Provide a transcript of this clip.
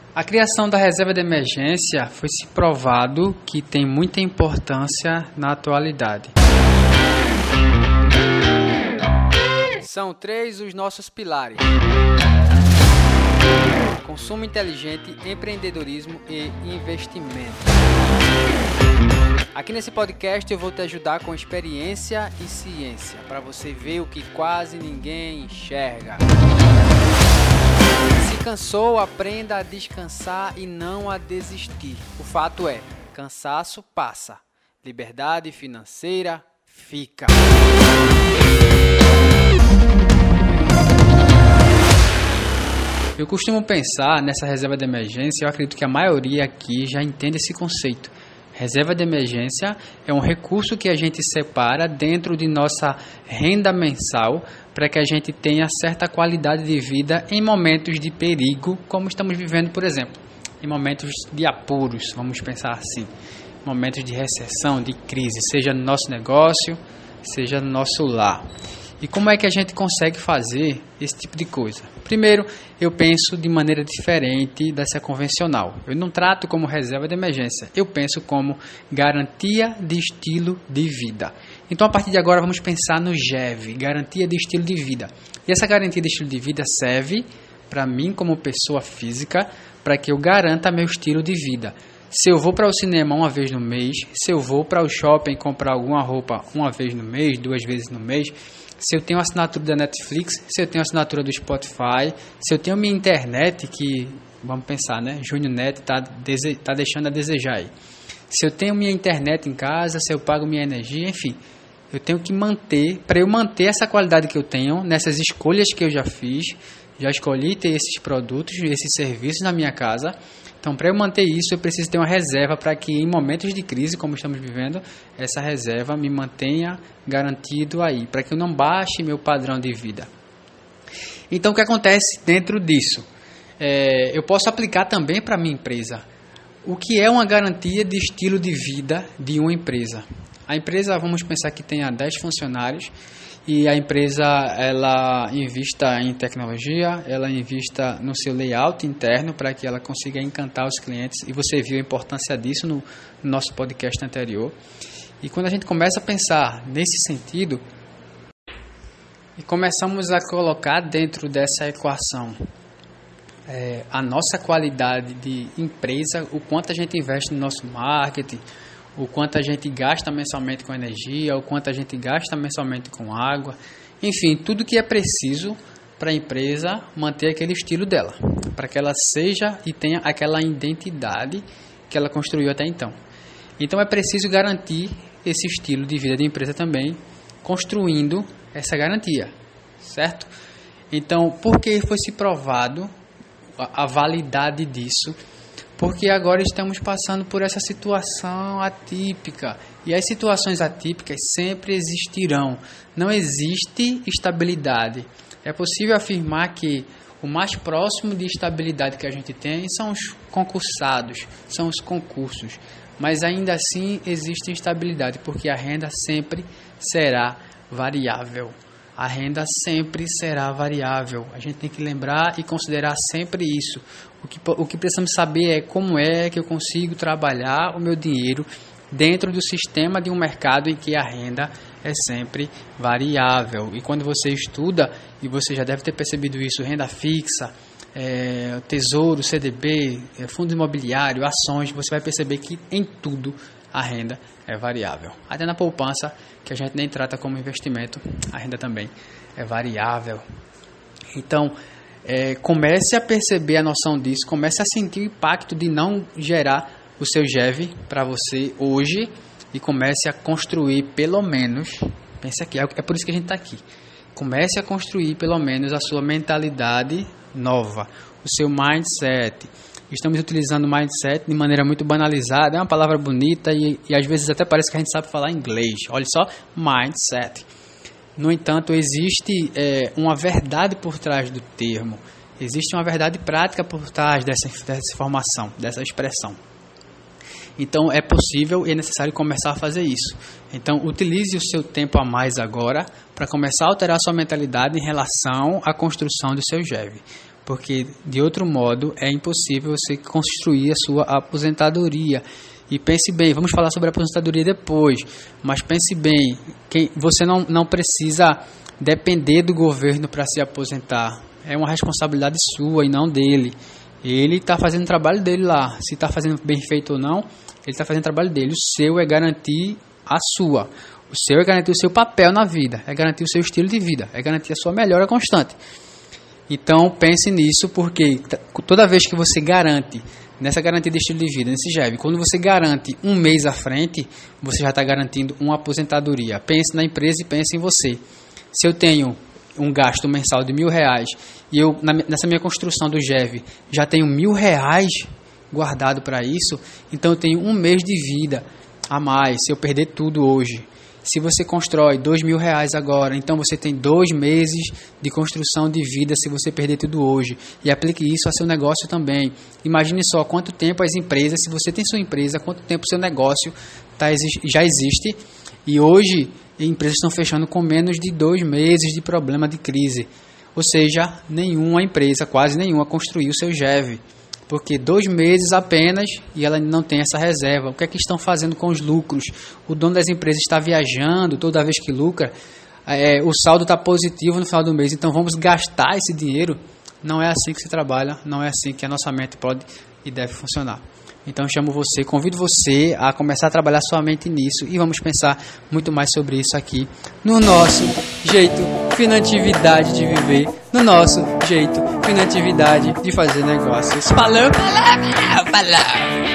A criação da reserva de emergência foi se provado que tem muita importância na atualidade. São 3 os nossos pilares: consumo inteligente, empreendedorismo e investimento. Aqui nesse podcast eu vou te ajudar com experiência e ciência, para você ver o que quase ninguém enxerga. Se cansou, aprenda a descansar e não a desistir. O fato é, cansaço passa, liberdade financeira fica. Eu costumo pensar nessa reserva de emergência, eu acredito que a maioria aqui já entende esse conceito. Reserva de emergência é um recurso que a gente separa dentro de nossa renda mensal para que a gente tenha certa qualidade de vida em momentos de perigo, como estamos vivendo, por exemplo, em momentos de apuros, vamos pensar assim, momentos de recessão, de crise, seja no nosso negócio, seja no nosso lar. E como é que a gente consegue fazer esse tipo de coisa? Primeiro, eu penso de maneira diferente dessa convencional. Eu não trato como reserva de emergência, eu penso como garantia de estilo de vida. Então, a partir de agora, vamos pensar no GEV, garantia de estilo de vida. E essa garantia de estilo de vida serve para mim, como pessoa física, para que eu garanta meu estilo de vida. Se eu vou para o cinema uma vez no mês, se eu vou para o shopping comprar alguma roupa uma vez no mês, 2 vezes no mês, se eu tenho assinatura da Netflix, se eu tenho assinatura do Spotify, se eu tenho minha internet, que, vamos pensar, né? Júnior Net tá deixando a desejar aí. Se eu tenho minha internet em casa, se eu pago minha energia, enfim, eu tenho que manter, para eu manter essa qualidade que eu tenho, nessas escolhas que eu já fiz, já escolhi ter esses produtos, esses serviços na minha casa. Então, para eu manter isso, eu preciso ter uma reserva para que em momentos de crise, como estamos vivendo, essa reserva me mantenha garantido aí, para que eu não baixe meu padrão de vida. Então, o que acontece dentro disso? Eu posso aplicar também para a minha empresa. O que é uma garantia de estilo de vida de uma empresa? A empresa, vamos pensar que tenha 10 funcionários, e a empresa ela invista em tecnologia, ela invista no seu layout interno para que ela consiga encantar os clientes, e você viu a importância disso no nosso podcast anterior. E quando a gente começa a pensar nesse sentido e começamos a colocar dentro dessa equação a nossa qualidade de empresa, o quanto a gente investe no nosso marketing, o quanto a gente gasta mensalmente com energia, o quanto a gente gasta mensalmente com água, enfim, tudo que é preciso para a empresa manter aquele estilo dela, para que ela seja e tenha aquela identidade que ela construiu até então. Então é preciso garantir esse estilo de vida da empresa também, construindo essa garantia, certo? Então, por que foi se provado a validade disso? Porque agora estamos passando por essa situação atípica. E as situações atípicas sempre existirão. Não existe estabilidade. É possível afirmar que o mais próximo de estabilidade que a gente tem são os concursados, são os concursos. Mas ainda assim existe instabilidade, porque a renda sempre será variável. A renda sempre será variável. A gente tem que lembrar e considerar sempre isso. O que precisamos saber é como é que eu consigo trabalhar o meu dinheiro dentro do sistema de um mercado em que a renda é sempre variável. E quando você estuda, e você já deve ter percebido isso, renda fixa, tesouro, CDB, fundo imobiliário, ações, você vai perceber que em tudo a renda é variável. Até na poupança, que a gente nem trata como investimento, a renda também é variável. Então, comece a perceber a noção disso, comece a sentir o impacto de não gerar o seu GEV para você hoje e comece a construir pelo menos, pense aqui, é por isso que a gente está aqui, comece a construir pelo menos a sua mentalidade nova, o seu mindset. Estamos utilizando mindset de maneira muito banalizada, é uma palavra bonita e às vezes até parece que a gente sabe falar inglês. Olha só, mindset. No entanto, existe uma verdade por trás do termo, existe uma verdade prática por trás dessa informação, dessa expressão. Então, é possível e é necessário começar a fazer isso. Então, utilize o seu tempo a mais agora para começar a alterar a sua mentalidade em relação à construção do seu GEV. porque de outro modo é impossível você construir a sua aposentadoria. E pense bem, vamos falar sobre a aposentadoria depois, mas pense bem, você não precisa depender do governo para se aposentar. É uma responsabilidade sua e não dele. Ele está fazendo o trabalho dele lá. Se está fazendo bem feito ou não, ele está fazendo o trabalho dele. O seu é garantir a sua. O seu é garantir o seu papel na vida. É garantir o seu estilo de vida. É garantir a sua melhora constante. Então pense nisso, porque toda vez que você garante, nessa garantia de estilo de vida, nesse GEV, quando você garante um mês à frente, você já está garantindo uma aposentadoria. Pense na empresa e pense em você. Se eu tenho um gasto mensal de R$1.000 e eu, nessa minha construção do GEV, já tenho R$1.000 guardado para isso, então eu tenho um mês de vida a mais, se eu perder tudo hoje. Se você constrói R$2.000 agora, então você tem 2 meses de construção de vida se você perder tudo hoje. E aplique isso a seu negócio também. Imagine só quanto tempo as empresas, se você tem sua empresa, quanto tempo seu negócio já existe. E hoje, empresas estão fechando com menos de 2 meses de problema de crise. Ou seja, nenhuma empresa, quase nenhuma, construiu seu GEV. Porque 2 meses apenas e ela não tem essa reserva. O que é que estão fazendo com os lucros? O dono das empresas está viajando toda vez que lucra. O saldo está positivo no final do mês, então vamos gastar esse dinheiro. Não é assim que se trabalha, não é assim que a nossa mente pode e deve funcionar. Então convido você a começar a trabalhar sua mente nisso e vamos pensar muito mais sobre isso aqui no nosso jeito Finantividade de viver, no nosso jeito Finantividade de fazer negócios. Falou!